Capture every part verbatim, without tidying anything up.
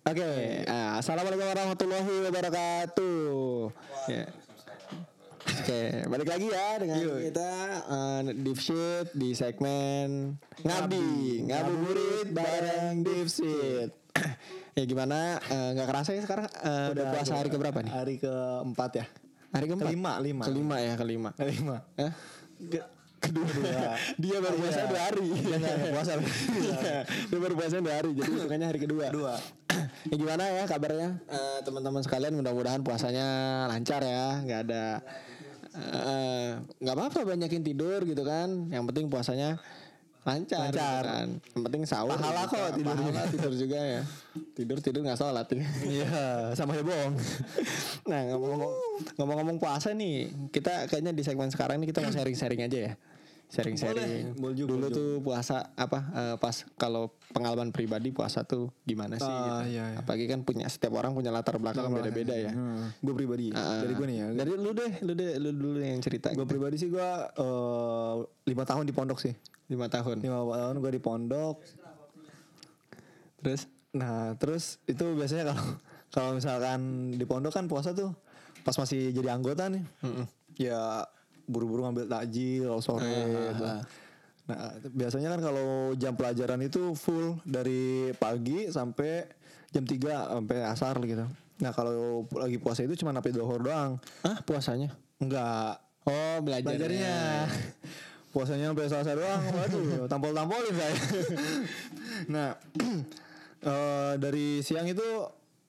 Oke, okay. ah, assalamualaikum warahmatullahi wabarakatuh. Ya. Oke, okay, balik lagi ya dengan Yuk. kita uh, Dipshit di segmen Ngabdi, ngabuburit bareng Dipshit. Ya gimana? Nggak uh, kerasa ya sekarang uh, udah puasa hari keberapa nih? Hari keempat ya. Hari keempat? Kelima, lima. Kelima ya, kelima. Kelima. Eh? Ke- kedua. Dia baru puasa dua hari. Dia nggak puasa. Dia baru puasa dua hari. Jadi makanya hari kedua. Dua. Ya gimana ya kabarnya uh, teman-teman sekalian, mudah-mudahan puasanya lancar ya, nggak ada nggak uh, apa-apa banyakin tidur gitu kan, yang penting puasanya lancar, lancar. Gitu kan. Yang penting sahur pahala gitu. kok tidur pahala tidur juga ya, tidur tidur nggak sholat ya. Iya, sama aja bohong. Nah ngomong-ngomong ngomong-ngomong puasa nih, kita kayaknya di segmen sekarang ini kita mau sharing-sharing aja ya. Sharing-sharing boleh, dulu boleh. tuh puasa apa uh, pas kalau pengalaman pribadi puasa tuh gimana sih ah, gitu. Iya, iya. Apalagi kan punya setiap orang punya latar belakang beda-beda ya. Hmm. Gue pribadi uh, dari gue nih ya. Dari lu deh, lu deh, lu dulu yang cerita. Gue pribadi sih gue uh, lima tahun di pondok sih. Lima tahun. Lima tahun gue di pondok. Terus, nah terus itu biasanya kalau kalau misalkan di pondok kan puasa tuh pas masih jadi anggota nih, mm-mm. ya buru-buru ngambil takjil sore. Ah, gitu. Nah biasanya kan kalau jam pelajaran itu full dari pagi sampai jam tiga sampai asar gitu. Nah kalau lagi puasa itu cuma sampai dohor doang. Ah puasanya? Enggak. Oh belajarnya. Belajarnya. Puasanya sampai selasa doang. Waduh, tampol-tampolin saya. Nah uh, dari siang itu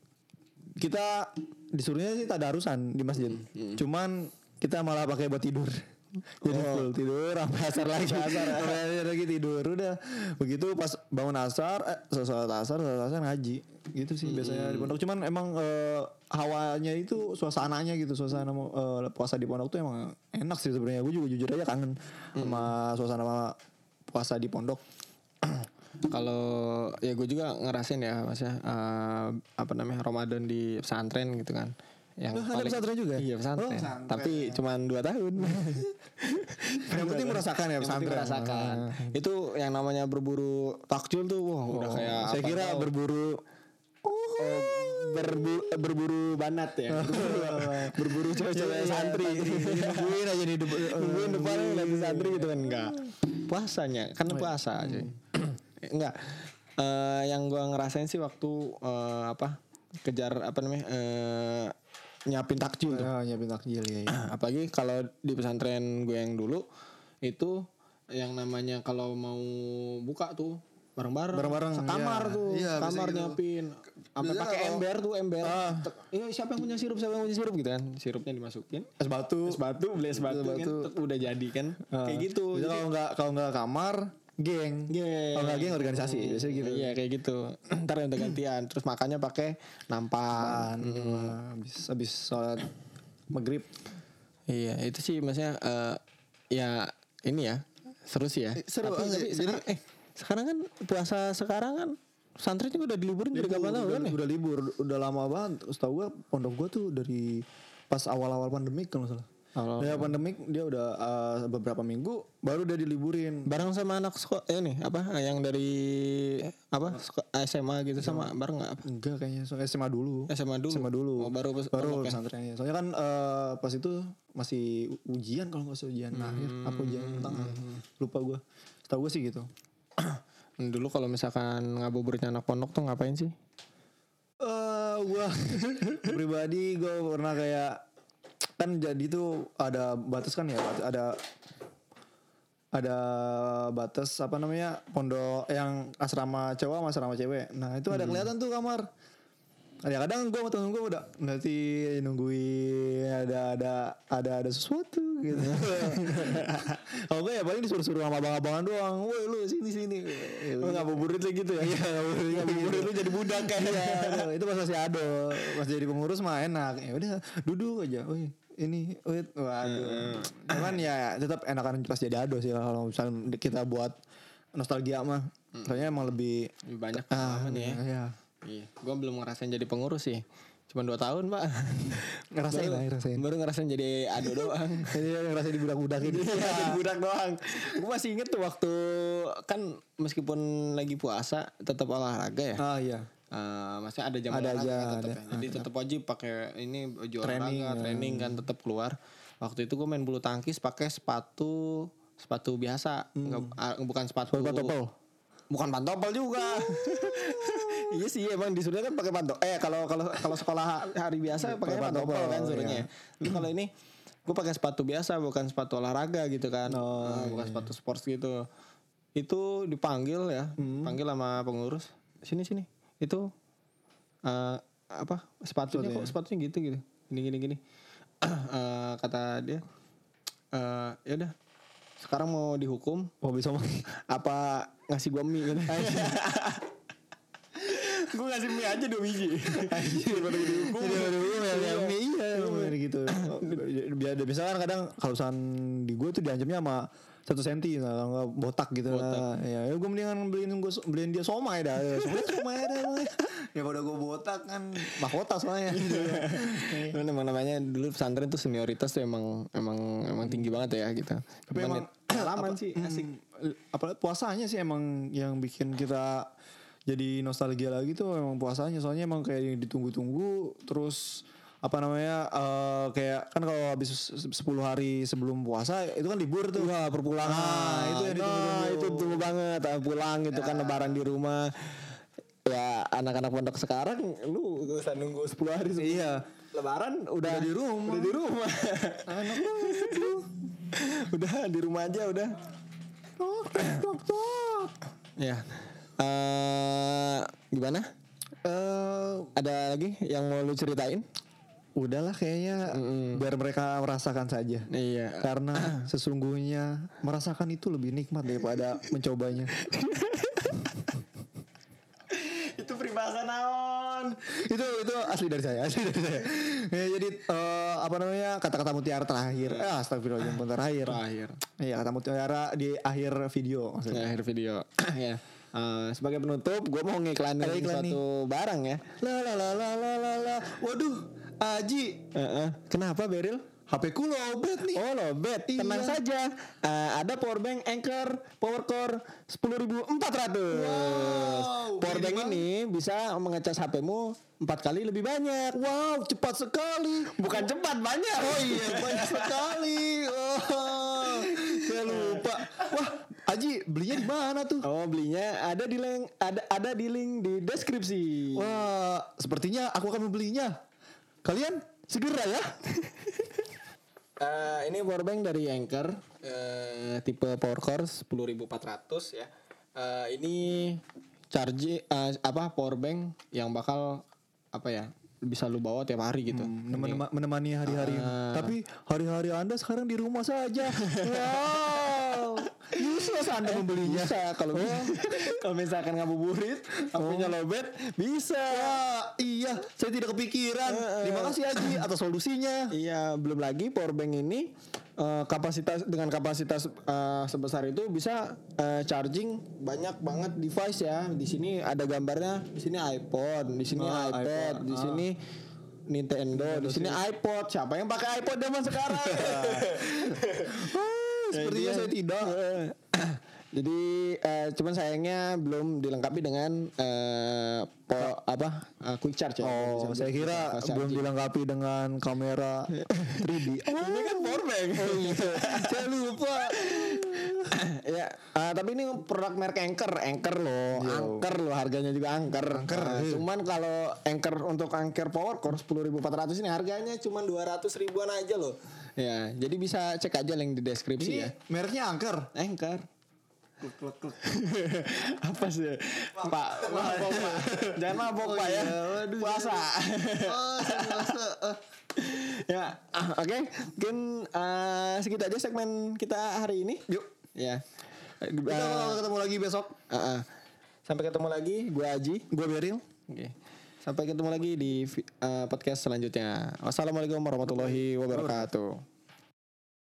kita disuruhnya sih tadarusan di masjid. Hmm. Cuman kita malah pakai buat tidur. Jadi oh. full tidur sampai asar lagi. Asar lagi tidur udah. Begitu pas bangun asar, eh sholat asar, sholat asar ngaji. Gitu sih hmm. biasanya di pondok. Cuman emang uh, hawanya itu, suasananya gitu, suasana uh, puasa di pondok tuh emang enak sih sebenarnya. Gue juga jujur aja kangen hmm. sama suasana puasa di pondok. Kalau ya gue juga ngerasain ya maksudnya uh, apa namanya Ramadan di pesantren gitu kan. Yang oh, paling, pesantren juga? Iya pesantren, oh, pesantren tapi ya. Cuma dua tahun. Yang penting merasakan ya pesantren. Merasakan. Hmm. Itu yang namanya berburu takjil tuh, wah wow, udah oh, kayak. Saya kira tahu. berburu, oh, eh, berburu, berburu banat ya. Berburu cewek-cewek santri. Nungguin aja nih, nungguin depan lagi santri gitu kan enggak. Puasanya, kan puasa aja. Enggak. Uh, yang gue ngerasain sih waktu uh, apa kejar apa namanya. Uh, nyiapin takjil tuh. Oh, nyiapin takjil ya, ya. Apalagi kalau di pesantren gue yang dulu itu yang namanya kalau mau buka tuh bareng-bareng, bareng-bareng sekamar ya. tuh, ya, kamar gitu. Nyiapin. Sampai pakai ember tuh, ember. Ah. Iya, siapa yang punya sirup, siapa yang punya sirup gitu kan. Sirupnya dimasukin, es batu, es batu, beli es batu, batu. Kan, udah jadi kan. Ah. Kayak gitu. Jadi kalau enggak kalau enggak kamar geng, geng. Kalau nggak geng organisasi, hmm. biasanya gitu. Iya kayak gitu. Ntar yang gantian, terus makannya pakai nampan. Hmm. Habis habis sholat maghrib. Iya itu sih maksudnya uh, ya ini ya seru sih ya. Seru. Tapi, tapi sekarang, eh sekarang kan puasa sekarang kan santri juga udah diliburin dari kapan tahu kan? Udah libur, udah lama banget. Setahu gue pondok gue tuh dari pas awal-awal pandemik kalau nggak salah. Awal ya pandemik dia udah uh, beberapa minggu baru udah diliburin bareng sama anak sekolah eh nih apa yang dari apa S M A gitu sama bareng nggak apa enggak kayaknya so, S M A dulu S M A dulu S M A dulu oh, baru baru pesantrennya soalnya kan uh, pas itu masih ujian kalau nggak salah ujian hmm, akhir apa ujian tengah hmm. lupa gue setahu gue sih gitu. Dulu kalau misalkan ngabuburitnya anak pondok tuh ngapain sih? Eh uh, gue pribadi gue pernah kayak kan jadi tuh ada batas kan ya ada ada batas apa namanya pondok yang asrama cowok sama asrama cewek. Nah itu ada hmm. kelihatan tuh kamar. Ya kadang gue sama temen gue udah nanti nungguin ada ada ada ada sesuatu gitu. Kalau gue ya paling disuruh-suruh sama abang-abangan doang. Woi lu sini sini. Lu ngabuburit lagi gitu ya? Iya ngabuburit ngabuburit lu jadi budak kan ya. Itu pas masih ado, pas jadi pengurus mah enak. Ya udah duduk aja. Woi ini wait waduh. Cuman ya tetap enakan pas jadi ado sih kalau misalnya kita buat nostalgia mah. Soalnya emang lebih, lebih banyak ah, nih ya. Iya. Iya, gue belum ngerasain jadi pengurus sih. Cuma dua tahun pak. Ngerasain lah, ngerasain. Baru ngerasain jadi ado doang. Jadi ngerasain di budak-budak ini. Iya, jadi budak doang. Gue masih inget tuh waktu kan meskipun lagi puasa tetap olahraga ya. Ah iya. uh, maksudnya ada jam Ada olahraga aja, kan tetep ada. ya. Jadi tetap wajib pakai ini baju Training, olahraga, ya. training kan tetap keluar. Waktu itu gue main bulu tangkis pakai sepatu sepatu biasa, nggak ah, bukan sepatu Sepatu pantopel. bukan pantopel juga. Iya sih emang disuruhnya kan pakai pantopel. Eh kalau kalau kalau sekolah hari biasa pakai pantopel, pantopel, kan suruhnya. Tapi kalau ini gue pakai sepatu biasa bukan sepatu olahraga gitu kan. Oh, Nah, bukan sepatu sports gitu. Itu dipanggil ya, panggil sama pengurus. Sini sini. Itu eh, apa? Sepatunya kok sepatunya gitu gitu. Gini gini gini. Eh, kata dia eh ya udah sekarang mau dihukum Oh bisa mah. apa ngasih gua mie gitu. Gue ngasih mie aja dua biji. Daripada gue dihukum. Jadi dihukum ya, ya mie iya emang gitu. Biar misalkan kadang kalau misalkan di gue tuh diancamnya sama satu senti, nah, nggak botak gitu. Nah, ya, ya gue mendingan beliin gue beliin dia somai dah. Somai somai dah. Ya kalau gue botak kan mahkota soalnya. Itu emang namanya dulu pesantren tuh senioritas tuh emang emang emang tinggi banget ya gitu. Tapi Cuman emang pengalaman sih asik. Apalagi puasanya sih emang yang bikin kita jadi nostalgia lagi tuh emang puasanya, soalnya emang kayak ditunggu-tunggu. Terus apa namanya uh, kayak kan kalau habis sepuluh hari sebelum puasa itu kan libur tuh. Wah, perpulangan. Nah, itu yang ditunggu-tunggu. Nah, itu tunggu banget ah, pulang gitu kan lebaran di rumah. Ya anak-anak pondok sekarang lu gak usah nunggu sepuluh hari sebelum Iya. lebaran udah, Udah di rumah. Udah di rumah. Enak banget itu. Udah di rumah aja udah. Tok tok tok. Ya. Eh gimana? Eh, Ada lagi yang mau lu ceritain? udahlah kayaknya biar mereka merasakan saja. Iya. Karena sesungguhnya merasakan itu lebih nikmat daripada mencobanya. Itu peribahasa naon? itu itu asli dari saya, asli dari saya. Ya, jadi eh, apa namanya kata-kata mutiara terakhir. Eh, astagfirullahaladzim, bentar terakhir. Terakhir. Iya, kata mutiara di akhir video Di maksudnya. akhir video. Ya. Eh, sebagai penutup, gue mau ngiklanin Ada iklan suatu barang ya. La la la la la la la. Waduh, Aji, Eh, eh. Kenapa Beril? H P ku lowbat nih. Oh lowbat, Iya. tenang saja. Eh, ada powerbank Anker PowerCore sepuluh ribu empat ratus. Wow, Powerbank gini ini bisa mengecas H P-mu empat kali lebih banyak. Wow, cepat sekali. Bukan cepat, banyak. Oh iya, banyak sekali. Oh, saya lupa. Wah, Aji belinya di mana tuh? Oh belinya ada di link ada ada di link di deskripsi. Wah, sepertinya aku akan membelinya. Kalian segera ya. Eh, ini powerbank dari Anker eh, tipe PowerCore sepuluh ribu empat ratus ya. Eh, ini charge eh, apa powerbank yang bakal apa ya bisa lu bawa tiap hari gitu. Menem- menemani hari-hari. Tapi hari-hari Anda sekarang di rumah saja. Wow. Useless Anda membelinya. Bisa kalau kalau misalkan ngabuburit, H P-nya lowbat bisa. Wah, iya, saya tidak kepikiran. Terima kasih Aji atas solusinya. Iya, belum lagi powerbank ini eh, kapasitas dengan kapasitas eh, sebesar itu bisa eh, charging banyak banget device ya. Di sini ada gambarnya, di sini iPhone, di sini Ah, iPad, iPhone. di sini Nintendo, di sini iPod. Siapa yang pakai iPod zaman sekarang? Sepertinya Ya, saya tidak. Jadi eh, cuman sayangnya belum dilengkapi dengan eh, po- apa eh, quick charge ya. Oh, Bisa- saya kira bisa belum charging. dilengkapi dengan kamera tiga D. Ini kan powerbank. Oh iya, saya lupa. Ya, eh, tapi ini produk merek Anker, Anker loh, Anker loh, harganya juga Anker. Anker, Nah, iya. cuman kalau Anker untuk Anker PowerCore sepuluh ribu empat ratus ini harganya cuma dua ratus ribuan aja loh. Ya, jadi bisa cek aja link di deskripsi Ini ya. mereknya Anker. Anker. Apa sih? Pak, mabok Pak. Jangan mabok Pak ya. Puasa. Oh, saya puasa. Ya, ah, oke. Mungkin eh, segitu aja segmen kita hari ini. Yuk. Ya. Kita bakal ketemu lagi besok. Uh, uh. Sampai ketemu lagi, gue Aji. Gue Beril. Oke. Sampai ketemu lagi di uh, podcast selanjutnya. Wassalamualaikum warahmatullahi wabarakatuh.